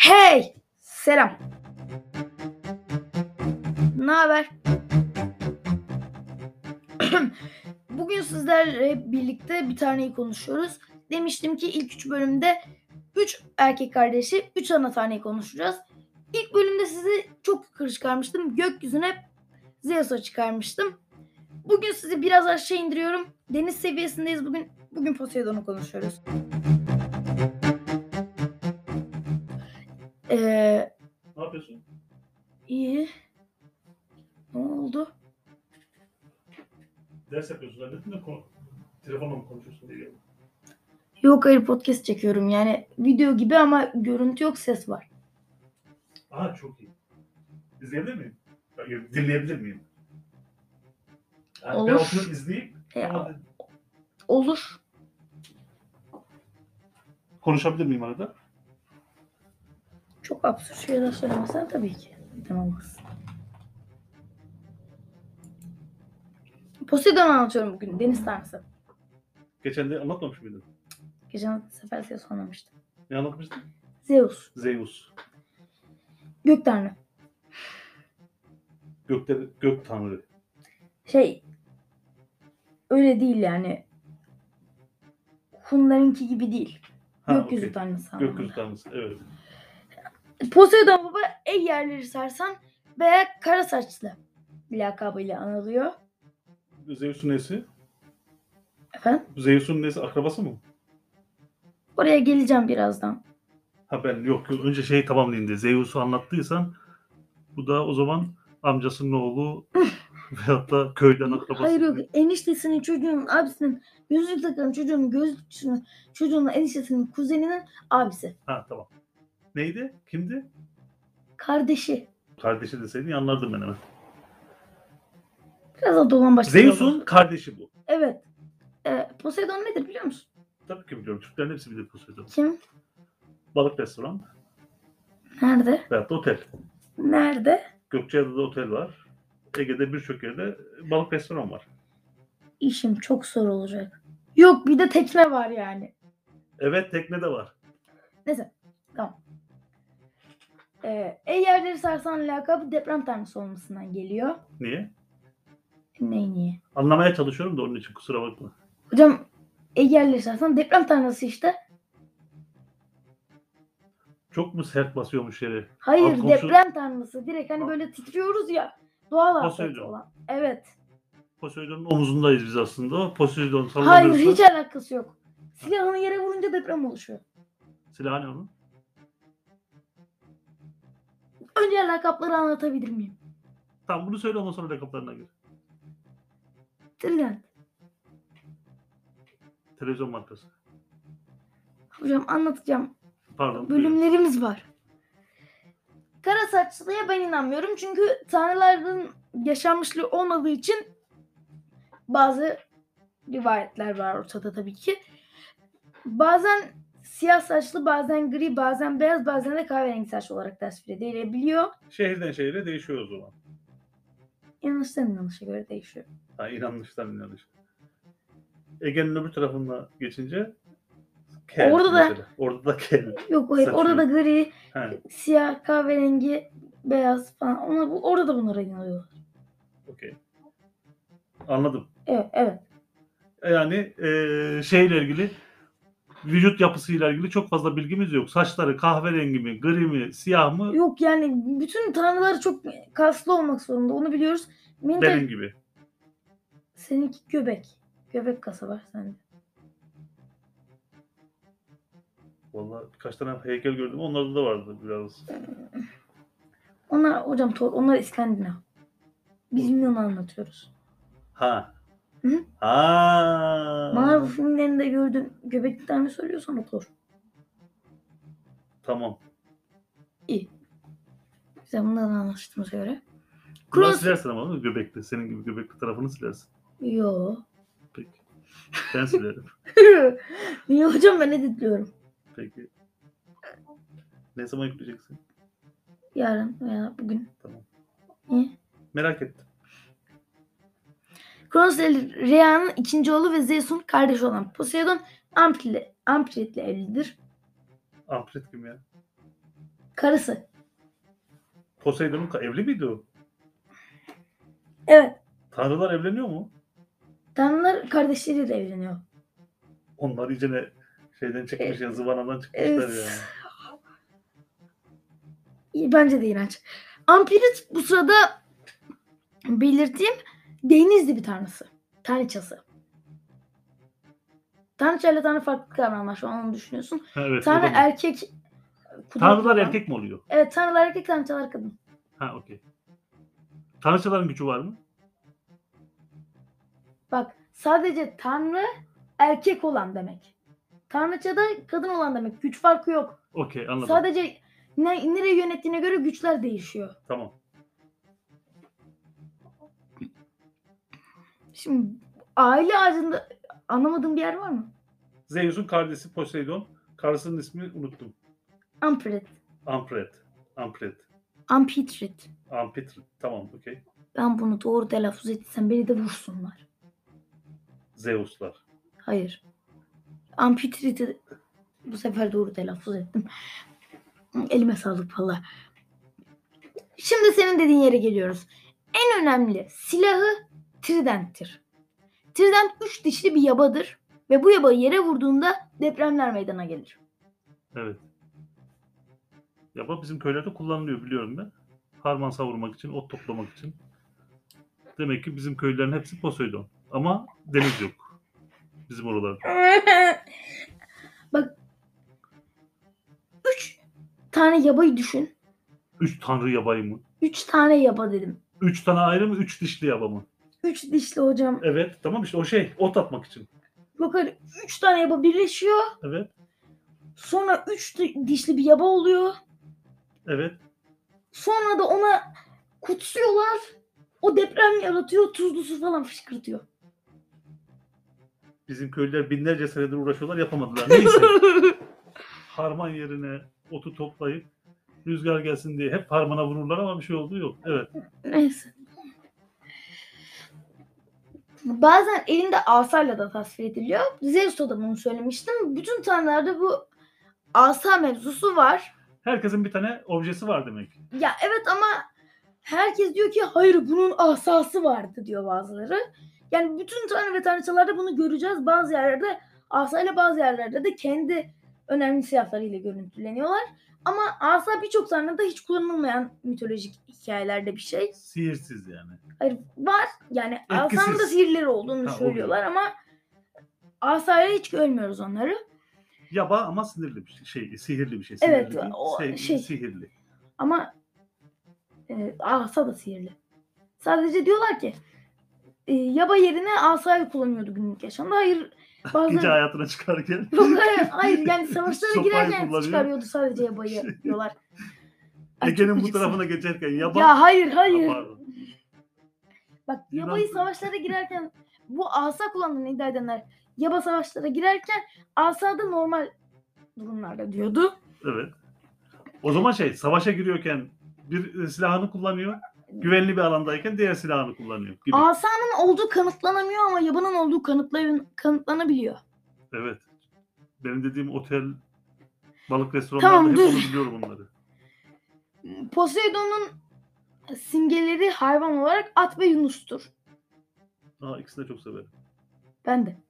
Hey! Selam. Ne haber? Bugün sizlerle birlikte bir taneyi konuşuyoruz. Demiştim ki ilk 3 bölümde 3 erkek kardeşi, 3 ana taneyi konuşacağız. İlk bölümde sizi çok yukarı çıkarmıştım. Gökyüzüne Zeus'a çıkarmıştım. Bugün sizi biraz aşağı indiriyorum. Deniz seviyesindeyiz bugün. Bugün Poseidon'u konuşuyoruz. Ne yapıyorsun? İyi. Ne oldu? Ders yapıyorsun zannettim de telefonla mı konuşuyorsun diye geldim. Yok, hayır, podcast çekiyorum. Yani video gibi ama görüntü yok, ses var. Aa, çok iyi. İzleyebilir miyim? Dinleyebilir miyim? Yani Olur. ben oturup izleyeyim. Olur. Konuşabilir miyim arada? Çok absürt şeyler söylemesen tabii ki. Olmaz. Poseidon anlatıyorum bugün. Deniz tanrısı. Geçen de anlatmamış mıydın? Geçen sefer Zeus anlamıştım. Ne anlatmıştın? Zeus. Zeus. Gök tanrı. Gök tanrı. Öyle değil yani. Hunlarınki gibi değil. Gökyüzü okay. tanrısı. Gökyüzü tanrısı, evet. Poseidon baba ey yerleri sarsan veya kara saçlı lakabıyla anılıyor. Zeus'un nesi? Efendim? Zeus'un nesi? Akrabası mı? Oraya geleceğim birazdan. Ha ben yok. Önce şeyi tamamlayayım diye. Zeus'u anlattıysan bu da o zaman amcasının oğlu veyahut da köyden akrabası. Hayır yok. Eniştesinin çocuğunun abisinin gözlük takan çocuğunun gözlükçünün çocuğunun eniştesinin kuzeninin abisi. Ha tamam. Neydi? Kimdi? Kardeşi. Kardeşi deseydin anlardım ben hemen. Biraz da dolan başladı. Zeus'un kardeşi bu. Evet. Poseidon nedir biliyor musun? Tabii ki biliyorum. Türklerin hepsi bilir Poseidon. Kim? Balık restoran Nerede? veyahut da otel. Nerede? Gökçeada'da otel var. Ege'de birçok yerde balık restoran var. İşim çok zor olacak. Yok, bir de tekne var yani. Evet, tekne de var. Neyse. Tamam. Ey yerleri sarsan lakabı deprem tanrısı olmasından geliyor. Niye? Niye? Anlamaya çalışıyorum da onun için kusura bakma. Hocam ey yerleri sarsan deprem tanrısı işte. Çok mu sert basıyormuş yere? Hayır, Alt komşu- deprem tanrısı. Direkt hani böyle titriyoruz ya. Doğal afet Poseidon. olan. Evet. Poseidon'un omuzundayız biz aslında. Poseidon Hayır, sallanırsa... hiç alakası yok. Silahını yere vurunca deprem oluşuyor. Silahı ne onun? Önce lakapları anlatabilir miyim? Tamam bunu söyle ondan sonra lakaplarına gir. Trident. Televizyon markası. Hocam anlatacağım. Pardon. Bölümlerimiz var. Kara saçlıya ben inanmıyorum. Çünkü tanrıların yaşanmışlığı olmadığı için bazı rivayetler var ortada tabii ki. Bazen siyah saçlı, bazen gri, bazen beyaz, bazen de kahverengi saçlı olarak tasvir edilebiliyor. Şehirden şehire değişiyor o zaman. İnanıştan inanışa göre değişiyor. Ha, inanmışlar inanış. Ege'nin öbür tarafına geçince kel Orada da- mesela. Orada da kel. Yok, hayır, Saçı orada da yok. gri, He, siyah, kahverengi, beyaz falan. Orada da bunlara inanıyorlar. okey. Anladım. Evet. Yani şeyle ilgili vücut yapısıyla ilgili çok fazla bilgimiz yok. Saçları kahverengi mi, gri mi, siyah mı? Yok yani bütün tanrılar çok kaslı olmak zorunda. Onu biliyoruz. Benim gibi. Seninki göbek. Göbek kası var sende. Vallahi birkaç tane heykel gördüm. Onlarda da vardı biraz. Onlar hocam onlar İskandinav. Biz Yunan'ı anlatıyoruz. Ha. Hı? Ha. Marvel filmlerinde gördüğün göbekli tanrı söylüyorsan o Thor. Tamam. İyi. Güzel, bundan anlaştığımıza göre. Bunları silersin ama değil mi? Göbekli. Senin gibi göbekli tarafını silersin. Yo. Peki. Ben silerim. Niye hocam, ben editliyorum. Peki. Ne zaman yükleyeceksin? Yarın veya bugün. Tamam. Niye? Merak ettim. Kronos Rhea'nın ikinci oğlu ve Zeus'un kardeşi olan Poseidon Amphitrite ile evlidir. Amprit kim ya? Karısı. Poseidon'un evli miydi o? Evet. Tanrılar evleniyor mu? Tanrılar kardeşleriyle evleniyor. Onlar iyice ne şeyden çıkmış ya, zıvanadan çıkmışlar Evet. ya. Bence de iğrenç. Ampirit bu sırada belirteyim denizli bir tanrısı. Tanrıçası. Tanrıça ile tanrı farklı kavramlar. Şu an onu düşünüyorsun. Ha, evet, Tanrı o da mı? erkek. kudretli Tanrılar olan. erkek mi oluyor? Evet, tanrılar erkek, tanrıçalar kadın. Ha, okey. Tanrıçaların gücü var mı? Bak, sadece tanrı erkek olan demek. Tanrıça da kadın olan demek. Güç farkı yok. Okey, anladım. Sadece nereye yönettiğine göre güçler değişiyor. Tamam. Şimdi aile ağacında anlamadığım bir yer var mı? Zeus'un kardeşi Poseidon. Karısının ismini unuttum. Amphitrite. Ampret. Amphitrite. Amphitrite. Tamam, okey. Ben bunu doğru telaffuz etsem beni de vursunlar. Zeus'lar. Hayır. Amphitrite'i bu sefer doğru telaffuz ettim. Elime sağlık valla. Şimdi senin dediğin yere geliyoruz. En önemli silahı tridenttir. Trident 3 dişli bir yabadır. Ve bu yabayı yere vurduğunda depremler meydana gelir. Evet. Yaba bizim köylerde kullanılıyor, biliyorum ben. Harman savurmak için, ot toplamak için. Demek ki bizim köylerin hepsi Poseidon. Ama deniz yok. Bizim oralarda. Bak. 3 tane yabayı düşün. 3 tanrı yabayı mı? 3 tane yaba dedim. 3 tane ayrı mı? 3 dişli yaba mı? 3 dişli hocam. Evet, tamam işte o şey, ot atmak için. Yok hayır, 3 tane yaba birleşiyor. Evet, Sonra 3 dişli bir yaba oluyor. evet. Sonra da ona kutsuyorlar. O deprem yaratıyor. Tuzlu su falan fışkırtıyor. Bizim köylüler binlerce senedir uğraşıyorlar, yapamadılar. Neyse. Harman yerine otu toplayıp rüzgar gelsin diye hep harmana vururlar ama bir şey olduğu yok. Evet. Neyse. Bazen elinde asayla da tasvir ediliyor. Zeus'ta da bunu söylemiştim. Bütün tanrılarda bu asa mevzusu var. Herkesin bir tane objesi var demek. Ya evet ama herkes diyor ki hayır bunun asası vardı diyor bazıları. Yani bütün tanrı ve tanrıçalarda bunu göreceğiz. Bazı yerlerde asayla, bazı yerlerde de kendi önemli silahlarıyla görüntüleniyorlar. Ama asa birçok tanrıda hiç kullanılmayan mitolojik hikayelerde bir şey. Sihirsiz yani. Hayır var. Yani Etkisiz. asanın da sihirleri olduğunu Ha, söylüyorlar ama asayla hiç görmüyoruz onları. Yaba ama sinirli bir şey, sihirli bir şey. Evet, Sinirli değil, o şey. sihirli. Ama asa da sihirli. Sadece diyorlar ki yaba yerine asayı kullanıyordu günlük yaşamda. Hayır. Gece hayatına çıkarken. Yok, hayır yani savaşlara Sopayı girerken kullanıyor. çıkarıyordu sadece yabayı diyorlar. Ay, Ege'nin çok bu gıcıksın. tarafına geçerken yaba. Ya hayır. Pardon. Bak yabayı Yunan- savaşlara girerken bu asa kullandığını iddia edenler yaba savaşlara girerken asa da normal durumlarda diyordu. Evet. O zaman savaşa giriyorken bir silahını kullanıyor. Güvenli bir alandayken diğer silahını kullanıyor gibi. Asanın olduğu kanıtlanamıyor ama yabanın olduğu kanıtlanabiliyor. Evet. Benim dediğim otel, balık restoranlarında Tamam, hep dur. onu biliyorum onları. Poseidon'un simgeleri hayvan olarak at ve yunustur. İkisini de çok severim. Ben de.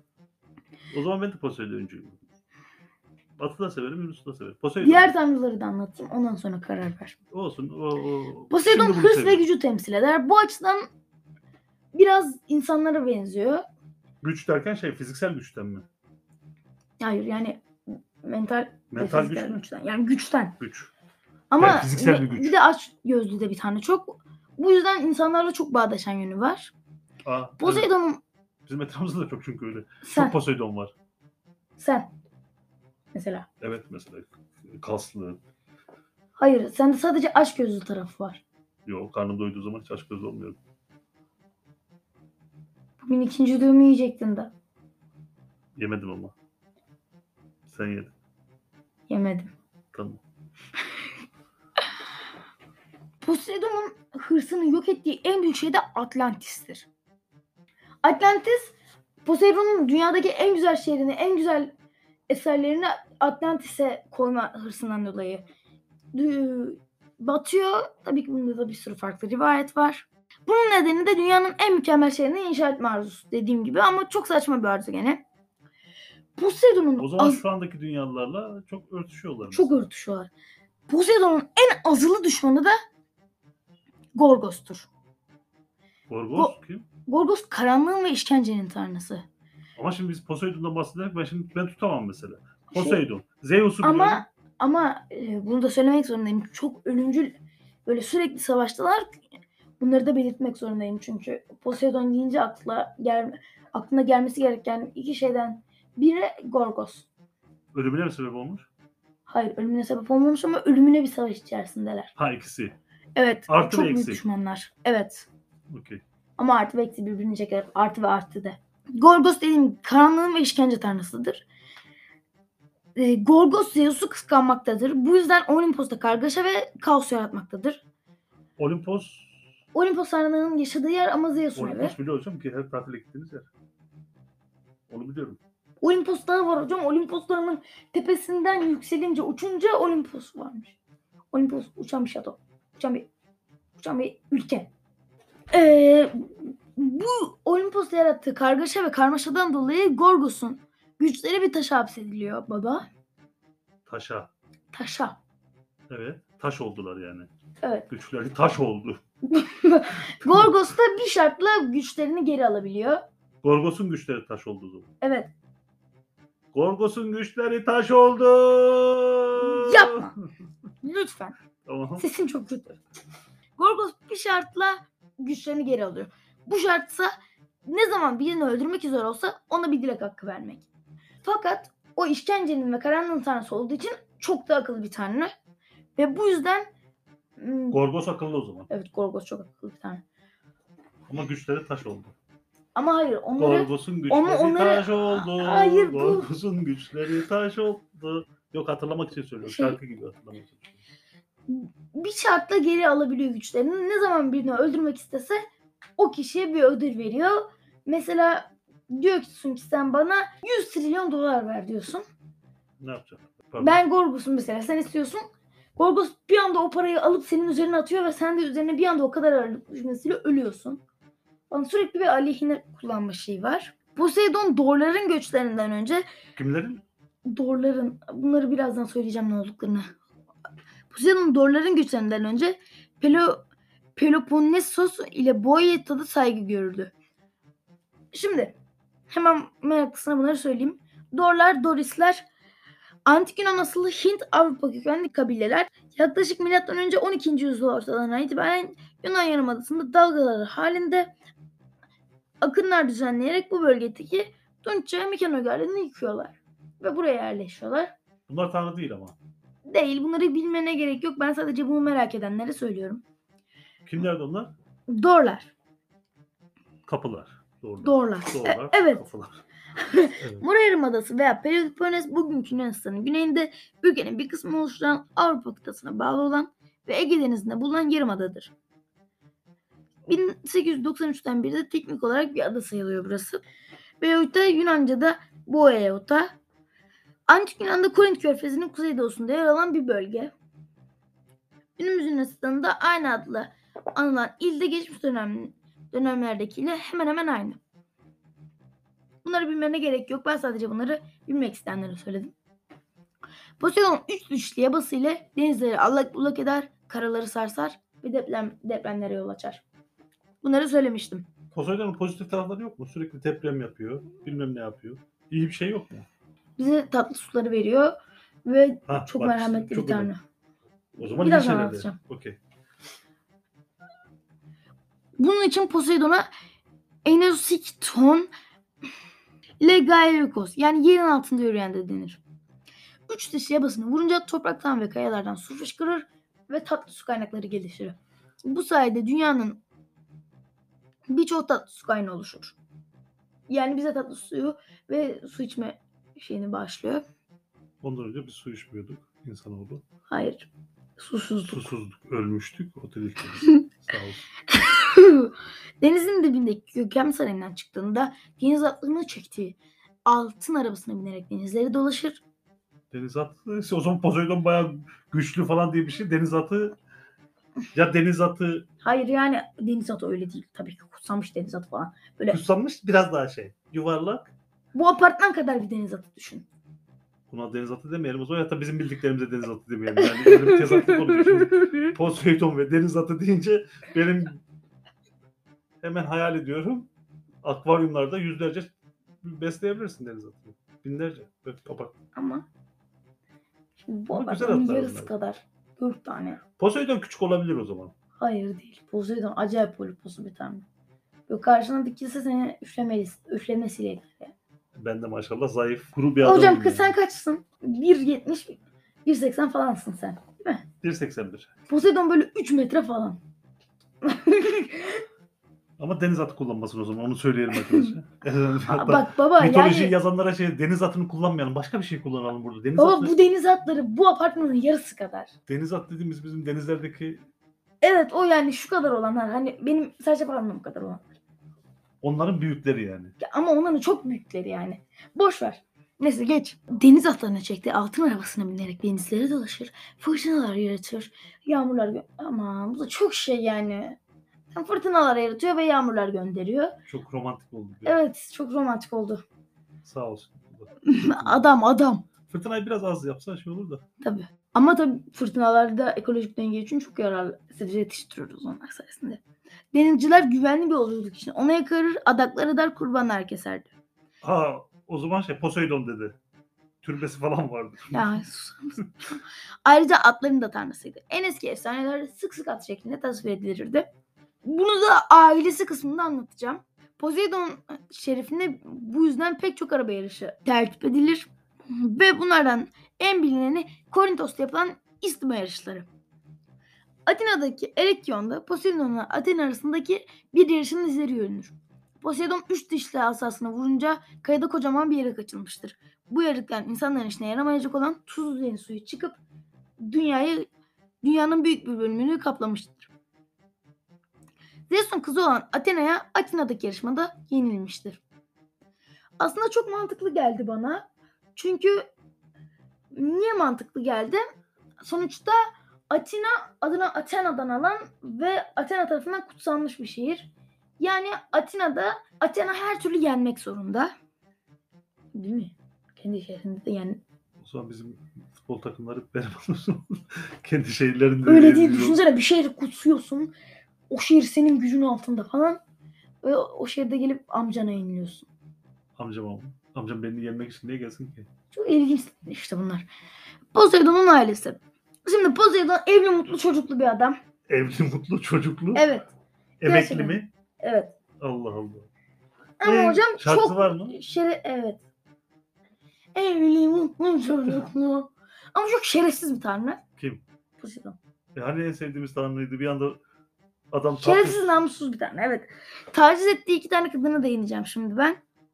O zaman ben de Poseidon'cuyum. Atı da severim, Yunus'u da severim. Poseidon. Diğer tanrıları da anlatayım. Ondan sonra karar ver. Olsun. Poseidon Şimdi bunu hırs ve seviyorum. gücü temsil eder. Bu açıdan biraz insanlara benziyor. Güç derken fiziksel güçten mi? Hayır yani mental ve Mental fiziksel güç mü? güçten. Yani güçten. Güç. Ama Yani fiziksel bir güç. bir de aç gözlü de bir tane çok. Bu yüzden insanlarla çok bağdaşan yönü var. Evet. Poseidon'un Bizim etrafımızda da çok çünkü öyle. sen. Çok Poseidon var. Sen. Mesela. Evet, mesela kaslı. Hayır sende sadece aç gözlü tarafı var. Yok, karnım doyduğu zaman hiç aç göz olmuyorum. Bugün ikinci ödüğümü yiyecektin de. Yemedim ama. Sen yedin. Yemedim. Tamam. Poseidon'un hırsını yok ettiği en büyük şey de Atlantis'tir. Atlantis, Poseidon'un dünyadaki en güzel şehrini, en güzel eserlerini Atlantis'e koyma hırsından dolayı batıyor. Tabii ki bunda da bir sürü farklı rivayet var. Bunun nedeni de dünyanın en mükemmel şehrini inşa etme arzusu dediğim gibi ama çok saçma bir arzu gene. Poseidon'un O zaman şu andaki dünyalılarla çok örtüşüyorlar çok mesela. örtüşüyorlar. Poseidon'un en azılı düşmanı da Gorgos'tur. Gorgos kim? Gorgos karanlığın ve işkencenin tanrısı. Ama şimdi biz Poseidon'dan bahsederek ben tutamam mesela. Şey, Poseidon. Zeus'u biliyorum. ama bunu da söylemek zorundayım. Çok ölümcül, böyle sürekli savaştılar. Bunları da belirtmek zorundayım çünkü Poseidon deyince aklına gelmesi gereken iki şeyden biri Gorgos. Ölümüne mi sebep olmuş? Hayır, ölümüne sebep olmamış ama ölümüne bir savaş içerisindeler. Ha, ikisi. Evet, Artı çok ve büyük eksi. düşmanlar. Evet. Okey. Ama artı ve eksi birbirini çeker. Artı ve artı de. Gorgos dediğim gibi karanlığın ve işkence tanrısıdır. Gorgos Zeus'u kıskanmaktadır. Bu yüzden Olimpos'ta kargaşa ve kaos yaratmaktadır. Olimpos tanrılarının yaşadığı yer ama Zeus'un evi. Olimpos biliyor hocam ki her tatile gittiğiniz yer. Onu biliyorum. Olimpos dağı var hocam. Olimpos dağının tepesinden yükselince, uçunca Olimpos varmış. Olimpos uçan bir şato. Uçan bir ülke. Bu Olimpos'ta yarattığı kargaşa ve karmaşadan dolayı Gorgos'un güçleri bir taşa hapsediliyor baba. Taşa. Evet. Taş oldular yani. Evet. Güçleri taş oldu. Gorgos da bir şartla güçlerini geri alabiliyor. Gorgos'un güçleri taş oldu o zaman. Evet. Gorgos'un güçleri taş oldu. Yapma. Lütfen. Tamam. Sesin çok kötü. Gorgos bir şartla güçlerini geri alıyor. Bu şartsa ne zaman birini öldürmek üzere olsa ona bir dilek hakkı vermek. Fakat o işkencenin ve karanlığın tanrısı olduğu için çok da akıllı bir tanrı. Ve bu yüzden Gorgos akıllı o zaman. evet, Gorgos çok akıllı bir tanrı. Ama güçleri taş oldu. Ama hayır, Gorgos'un güçleri taş oldu. Hayır, Gorgos'un güçleri taş oldu. Yok, hatırlamak için söylüyorum. Şarkı gibi hatırlamak için. Bir şartla geri alabiliyor güçlerini. Ne zaman birini öldürmek istese o kişiye bir ödül veriyor. Mesela diyorsun ki sen bana 100 trilyon dolar ver diyorsun. Ne yapacağım? Pardon. Ben Gorgos'um mesela, sen istiyorsun. Gorgos bir anda o parayı alıp senin üzerine atıyor ve sen de üzerine bir anda o kadar ağırlık düşmesiyle ölüyorsun. Bana sürekli bir aleyhine kullanma şeyi var. Poseidon Dorların göçlerinden önce Kimlerin? Dorların, bunları birazdan söyleyeceğim ne olduklarını. Poseidon Dorların göçlerinden önce Peloponnesos ile Boeotia'da saygı görürdü. Şimdi hemen meraklısına bunları söyleyeyim. Dorlar, Dorisler, Antik Yunan asıllı Hint Avrupa kökenli kabileler yaklaşık M.Ö. 12. yüzyıl ortalarına itibaren Yunan Yarımadası'nda dalgaları halinde akınlar düzenleyerek bu bölgedeki Tunç ve Mikonos göllerini yıkıyorlar. Ve buraya yerleşiyorlar. Bunlar tanrı değil ama. Değil, bunları bilmene gerek yok. Ben sadece bunu merak edenlere söylüyorum. Kimlerdi onlar? Dorlar. Kapılar. Dorlar. Evet. Kapılar. Evet. Mora Yarımadası veya Peloponnes bugünkü Yunanistan'ın güneyinde ülkenin bir kısmını oluşturan Avrupa kıtasına bağlı olan ve Ege Denizi'nde bulunan yarımadadır. 1893'ten beri de teknik olarak bir ada sayılıyor burası. Boeotia Yunanca'da Boeota. Antik Yunan'da Korint Körfezi'nin kuzeydoğusunda yer alan bir bölge. Günümüz Yunanistan'da aynı adla anılan ilde geçmiş dönemlerdekiyle hemen hemen aynı. Bunları bilmene gerek yok. Ben sadece bunları bilmek isteyenlere söyledim. Poseidon 3 dişli yabası ile denizleri allak bullak eder, karaları sarsar ve depremlere yol açar. Bunları söylemiştim. Poseidon'un pozitif tarafları yok mu? Sürekli deprem yapıyor. Bilmem ne yapıyor. İyi bir şey yok mu? Bize tatlı suları veriyor ve çok merhametli çok bir tanrı. O zaman biraz iyi anlatacağım. Okey. Bunun için Poseidon'a Enosikton Legaeukos, yani yerin altında yürüyen de denir. 3 dişli yabasını vurunca topraktan ve kayalardan su fışkırır ve tatlı su kaynakları gelişir. Bu sayede dünyanın birçok tatlı su kaynağı oluşur. Yani bize tatlı suyu ve su içme şeyini bağışlıyor. Ondan önce biz su içmiyorduk insanoğlu. Hayır. Susuzluk. Ölmüştük. O dediklerimiz. Sağ olsun. Denizin dibindeki Gökhan Sarayı'ndan çıktığında deniz atlarını çektiği altın arabasına binerek denizleri dolaşır Deniz atı o zaman Poseidon bayağı güçlü falan diye bir şey. Deniz atı ya deniz atı Hayır yani deniz atı öyle değil. Tabii ki kutsanmış deniz atı falan. Böyle kutsanmış biraz daha yuvarlak. bu apartman kadar bir deniz atı düşün. Buna deniz atı demeyelim o zaman ya da bizim bildiklerimize deniz atı demeyelim. Yani öyle bir tezatlık oluyor. Şimdi Poseidon ve deniz atı deyince benim hemen hayal ediyorum. Akvaryumlarda yüzlerce besleyebilirsin deniz atını. Binlerce. Böyle kapak. Ama şimdi bu Ama güzel apartmanın atlar yarısı bunlar. kadar 4 tane. Poseidon küçük olabilir o zaman. Hayır değil. Poseidon acayip posu bir tane. Böyle karşına dikilse seni üflemesiyle yeter yani. Ben de maşallah zayıf, kuru bir adamım. Hocam kız sen kaçsın? 1.70 1.80 falansın sen. Değil mi? 1.81. Poseidon böyle 3 metre falan. Ama deniz atı kullanmasın o zaman. Onu söyleyelim arkadaşlar. Hatta Bak baba mitolojiyi yani yazanlara deniz atını kullanmayalım. Başka bir şey kullanalım burada. Deniz baba atı, bu deniz atları bu apartmanın yarısı kadar. deniz at dediğimiz bizim denizlerdeki Evet o yani şu kadar olanlar hani benim serçe parmağım kadar olan. onların büyükleri yani. Ya ama onların çok büyükleri yani. Boş ver. Neyse geç. Deniz atlarına çektiği altın arabasına binerek denizlere dolaşır. Fırtınalar yaratır. Aman bu da çok şey yani. Hem fırtınalar yaratıyor ve yağmurlar gönderiyor. Çok romantik oldu. Evet çok romantik oldu. Sağ olsun. Adam. Fırtınayı biraz az yapsa olur da. Tabii. Ama tabii fırtınalarda ekolojik denge için çok yararlı. Sizi yetiştiriyoruz onlar sayesinde. Denizciler güvenli bir yolculuk için ona yakarır, adaklar eder, kurbanlar keserdi. Ha o zaman Poseidon dedi. Türbesi falan vardı. Ya susar mısın? Ayrıca atların da tanrısıydı. En eski efsanelerde sık sık at şeklinde tasvir edilirdi. Bunu da ailesi kısmında anlatacağım. Poseidon şerifinde bu yüzden pek çok araba yarışı tertip edilir. Ve bunlardan en bilineni Korintos'ta yapılan istima yarışları. Atina'daki Erekyon'da Poseidon'la Athena arasındaki bir yarışın izleri görünür. Poseidon 3 dişli asasına vurunca kayada kocaman bir yere kaçılmıştır. Bu yarıktan insanların işine yaramayacak olan tuzlu deniz suyu çıkıp dünyanın büyük bir bölümünü kaplamıştır. Zeus'un kızı olan Athena'ya Atina'daki yarışmada yenilmiştir. Aslında çok mantıklı geldi bana. Çünkü niye mantıklı geldi? Sonuçta Atina adına Athena'dan alan ve Athena tarafından kutsanmış bir şehir. Yani Athena her türlü yenmek zorunda. Değil mi? Kendi şehrinde de O zaman bizim futbol takımları berbat olsun. Kendi şehirlerinde. Öyle değil. Düşünsene bir şehri kutsuyorsun. O şehir senin gücün altında falan. Ve o şehirde gelip amcana yeniliyorsun. Amcam beni yenmek için niye gelsin ki? Çok ilginç işte bunlar. Poseidon'un ailesi. Şimdi Poseidon evli mutlu çocuklu bir adam. Evli, mutlu, çocuklu. Evet. Emekli gerçekten. mi? Evet. Allah Allah. Ama hocam şarkısı çok var mı? Evet. Evli mutlu çocuklu. Ama çok şerefsiz bir tanrı. Kim? Poseidon. Hani en sevdiğimiz tanrıydı. Bir anda adam Şerefsiz namussuz bir tanrı. Evet. Taciz ettiği 2 tane kadına değineceğim şimdi ben.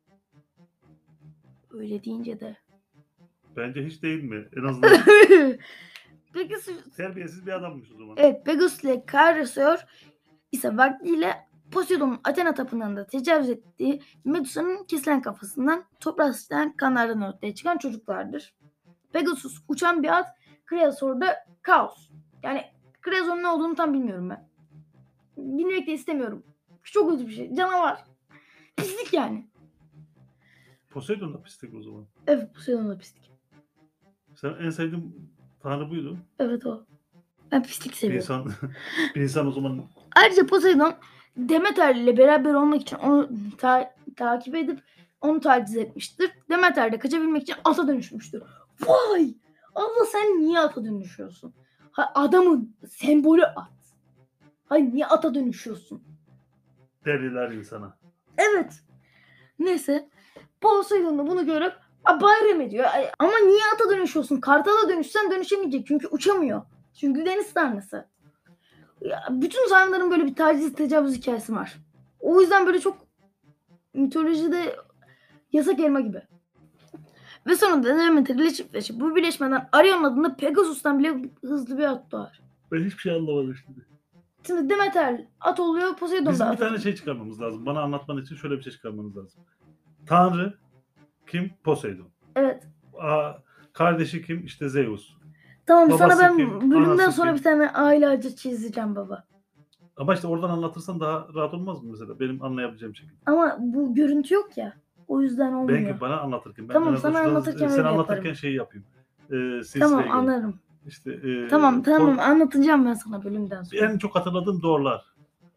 Öyle deyince de. Bence hiç değil mi? En azından terbiyesiz bir adammış o zaman. Evet. Pegasus ile Kairosaur ise vaktiyle Poseidon'un Athena tapınağında tecavüz ettiği Medusa'nın kesilen kafasından toprağa sıçrayan kanlardan ortaya çıkan çocuklardır. Pegasus uçan bir at, Kreasaur da kaos. Yani Kreasaur'un ne olduğunu tam bilmiyorum ben. Bilmek de istemiyorum. Çok kötü bir şey. Canavar. Pislik yani. Poseidon da pislik o zaman. Evet Poseidon da pislik. Sen en sevdiğin tanrı buydu. Evet o. Ben pislik Bir seviyorum. insan o zaman Ayrıca Poseidon Demeter ile beraber olmak için onu takip edip onu taciz etmiştir. Demeter de kaçabilmek için ata dönüşmüştür. Vay! Abla sen niye ata dönüşüyorsun? Adamın sembolü at. Hayır niye ata dönüşüyorsun? deliler insana. Evet. Neyse. Poseidon da bunu görüp bayram ediyor. Ama niye ata dönüşüyorsun? Kartala dönüşsen dönüşemeyecek. Çünkü uçamıyor. Çünkü deniz tanrısı. Ya, bütün tanrıların böyle bir taciz tecavüz hikayesi var. O yüzden böyle çok mitolojide yasak elma gibi. Ve sonunda Demeter ile çiftleşip bu birleşmeden Arion adında Pegasus'tan bile hızlı bir at doğar. Ben hiçbir şey anlamadım şimdi. Şimdi Demeter at oluyor, Poseidon Bizim da bir tane şey çıkarmamız lazım. Bana anlatman için şöyle bir şey çıkarmanız lazım. Tanrı kim? Poseidon. Evet. Kardeşi kim? İşte Zeus. Tamam Babası sana ben kim? bölümden Anası sonra kim? bir tane aile ağacı çizeceğim baba. Ama işte oradan anlatırsan daha rahat olmaz mı mesela? Benim anlayabileceğim şekilde. Ama bu görüntü yok ya. O yüzden olmuyor. Belki bana anlatırken. Ben Tamam, en azından sana şurada anlatırken sen öyle anlatırken yaparım. şeyi yapayım. Tamam, Silsileye gelin. anlarım. İşte Tamam anlatacağım ben sana bölümden sonra. en çok hatırladığım doğrular.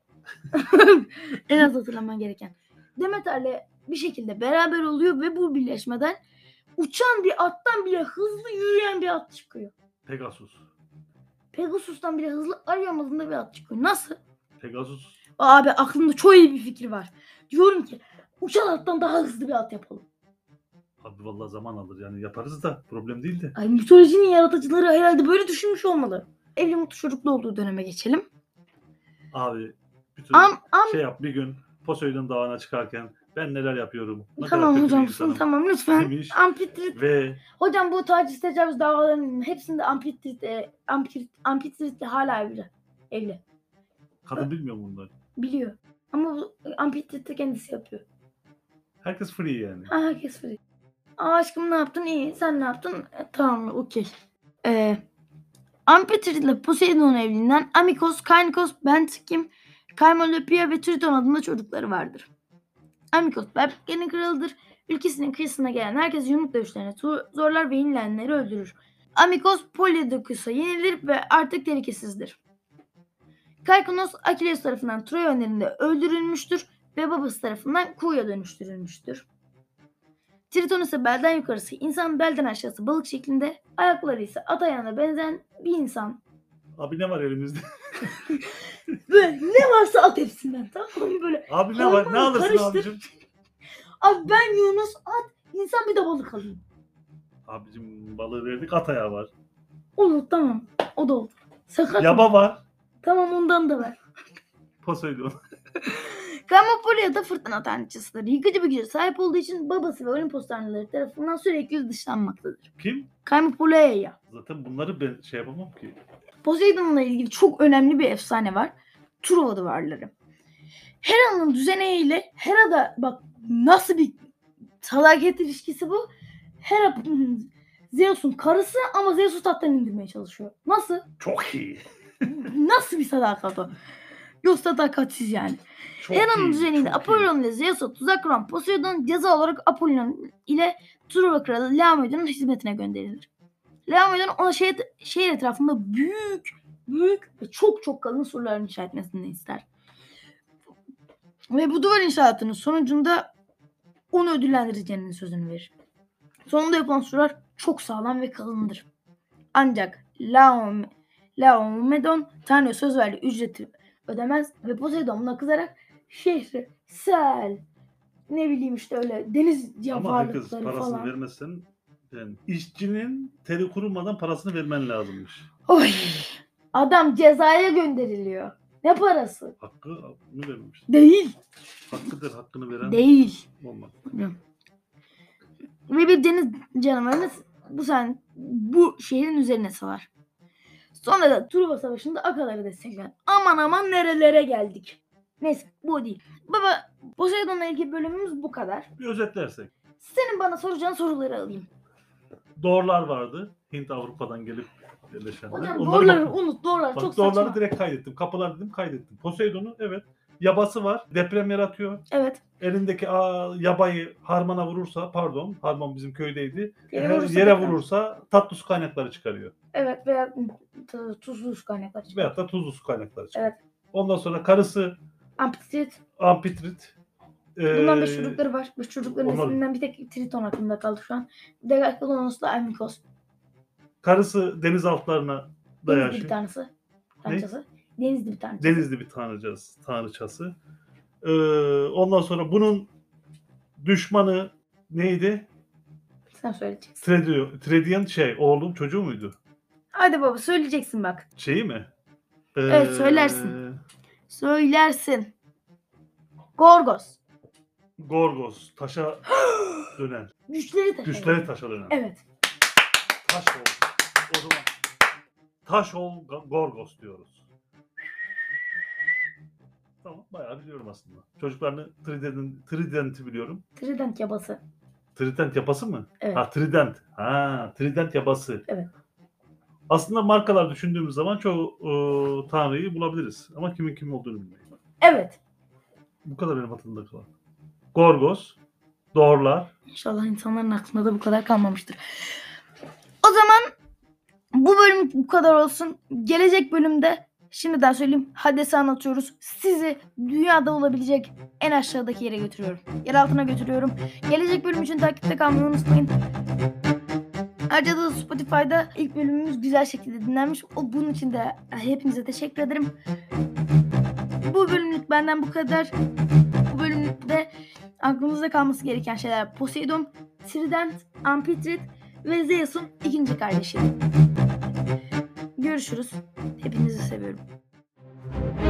En az hatırlaman gereken. Demeter'le bir şekilde beraber oluyor ve bu birleşmeden uçan bir attan bile hızlı yürüyen bir at çıkıyor. Pegasus. Pegasus'tan bile hızlı Arion adında bir at çıkıyor. Nasıl? Pegasus. Abi aklımda çok iyi bir fikir var. Diyorum ki uçan attan daha hızlı bir at yapalım. Abi vallahi zaman alır yani yaparız da problem değil de. Ay, mitolojinin yaratıcıları herhalde böyle düşünmüş olmalı. Evli mutlu çocuklu olduğu döneme geçelim. Abi bütün Am şey yap bir gün Poseidon Dağı'na çıkarken ben neler yapıyorum. Ne kadar tamam kötü bir hocam insanım tamam lütfen. demiş. Ampitrit. Ve Hocam bu taciz tecavüz davalarının hepsinde Ampitrit hala evli. kadın bilmiyor mu bunları? Biliyor. Ama bu Ampitrit de kendisi yapıyor. Herkes free yani. Ha, herkes free. Aa, aşkım ne yaptın? İyi. Sen ne yaptın? Tamam okey. Amphitrite ile Poseidon evliliğinden Amikos, Kainikos, Bentsikim, Kaimolopia ve Triton adında çocukları vardır. Amikos Berklerin kralıdır. Ülkesinin kıyısına gelen herkes yumruk dövüşlerine zorlar ve yenilenleri öldürür. Amikos Polydocus'a yenilir ve artık tehlikesizdir. Kaikonos Akileus tarafından Troy önlerinde öldürülmüştür ve babası tarafından kuğuya dönüştürülmüştür. Triton ise belden yukarısı insan, belden aşağısı balık şeklinde, ayakları ise at ayağına benzeyen bir insan. Abi ne var elimizde? Böyle ne varsa at hepsinden, tamam mı? Böyle Abi ne var? Ne alırsın karıştır. abicim? Abi ben Yunus, at, insan, bir de balık alayım. Abicim balığı verdik at ayağı var. Olur tamam. O da olur. Sakat mı? Yaba var. Tamam ondan da ver. Poseidon. Gamopolia da fırtına tanrıçasıdır. Yıkıcı bir güce sahip olduğu için babası ve Olimpos tanrıları tarafından sürekli dışlanmaktadır. Kim? Gamopolia. Zaten bunları ben şey yapamam ki. Poseidon'la ilgili çok önemli bir efsane var. Truva duvarları. Hera'nın düzeneğiyle Hera'da bak nasıl bir salaket ilişkisi bu. Hera Zeus'un karısı ama Zeus'u tahttan indirmeye çalışıyor. Nasıl? Çok iyi. Nasıl bir sadakat o? Yok sadakatsiz yani. Çok Hera'nın iyi, düzeninde çok iyi. Apollon ile Zeus'a tuzak kuran Poseidon ceza olarak Apollon ile Truva kralı Laomedon'un hizmetine gönderilir. Laomedon ona şehir etrafında büyük ve çok kalın surlar inşa etmesini ister. Ve bu duvar inşaatının sonucunda onu ödüllendireceğinin sözünü verir. Sonunda yapılan surlar çok sağlam ve kalındır. Ancak Laomedon Tanrı'ya söz verdiği ücreti ödemez ve Poseidon buna kızarak şehri, sel, ne bileyim işte öyle deniz Ama herkes varlıkları parasını falan. vermezsen yani işçinin teri kurumadan parasını vermen lazımmış. Oy, adam cezaya gönderiliyor. Ne parası? Hakkını vermemiş. Değil. Hakkıdır, hakkını veren Değil. olmaz. Ve bir deniz canavarını bu şehrin üzerine salar. Sonra da Truva Savaşı'nda Akaları destekler. Aman nerelere geldik. Neyse bu değil. Baba Poseidon'la ilgili bölümümüz bu kadar. Bir özetlersek. Senin bana soracağın soruları alayım. Doğrular vardı. Hint Avrupa'dan gelip yerleşenler. Hocam Onları doğruları bak- unut. Doğrular Bak çok doğruları saçma. direkt kaydettim. Kapılar dedim kaydettim. Poseidon'u evet. Yabası var. Deprem yaratıyor. Evet. Elindeki yabayı harmana vurursa harman bizim köydeydi. Yere vurursa vurursa tatlı su kaynakları çıkarıyor. Evet veya tuzlu su kaynakları çıkar. Veyahut da tuzlu su kaynakları çıkarıyor. Evet. Ondan sonra karısı Amphitrite. Amphitrite. Bundan 5 çocukları var. 5 çocukların onlar- isminden bir tek Triton aklımda kaldı şu an. Degakolonos'la Amikos. Karısı denizaltılarına da Denizli bir yaşıyor. tanesi. Tanrıçası. Denizli bir tanrıçası. Denizli bir tanrıçası. Ondan sonra bunun düşmanı neydi? Sen söyleyeceksin. Tredian oğlum çocuğu muydu? Hadi baba söyleyeceksin bak. Şeyi mi? Evet, söylersin. Söylersin. Gorgos. Gorgos. Taşa dönen. Güçleri taşa dönen. Evet. Taş ol. O zaman taş ol Gorgos diyoruz. Tamam bayağı biliyorum aslında. Çocuklarını Trident'i biliyorum. Trident yabası. Trident yapası mı? Evet. Ha, Trident. Ha, Trident yapası. Evet. Aslında markalar düşündüğümüz zaman çoğu tanrıyı bulabiliriz. Ama kimin kim olduğunu bilmiyorum. Evet. Bu kadar benim aklımda kalan. Gorgos, Dorlar. İnşallah insanların aklında da bu kadar kalmamıştır. O zaman bu bölüm bu kadar olsun. Gelecek bölümde şimdiden söyleyeyim, Hades'i anlatıyoruz. Sizi dünyada olabilecek en aşağıdaki yere götürüyorum. Yer altına götürüyorum. Gelecek bölüm için takipte kalmayı unutmayın. Ayrıca da Spotify'da ilk bölümümüz güzel şekilde dinlenmiş. Bunun için de hepinize teşekkür ederim. Bu bölümlük benden bu kadar. Bu bölümde aklımızda kalması gereken şeyler: Poseidon, Trident, Amphitrite ve Zeus'un ikinci kardeşi. Görüşürüz. Hepinizi seviyorum.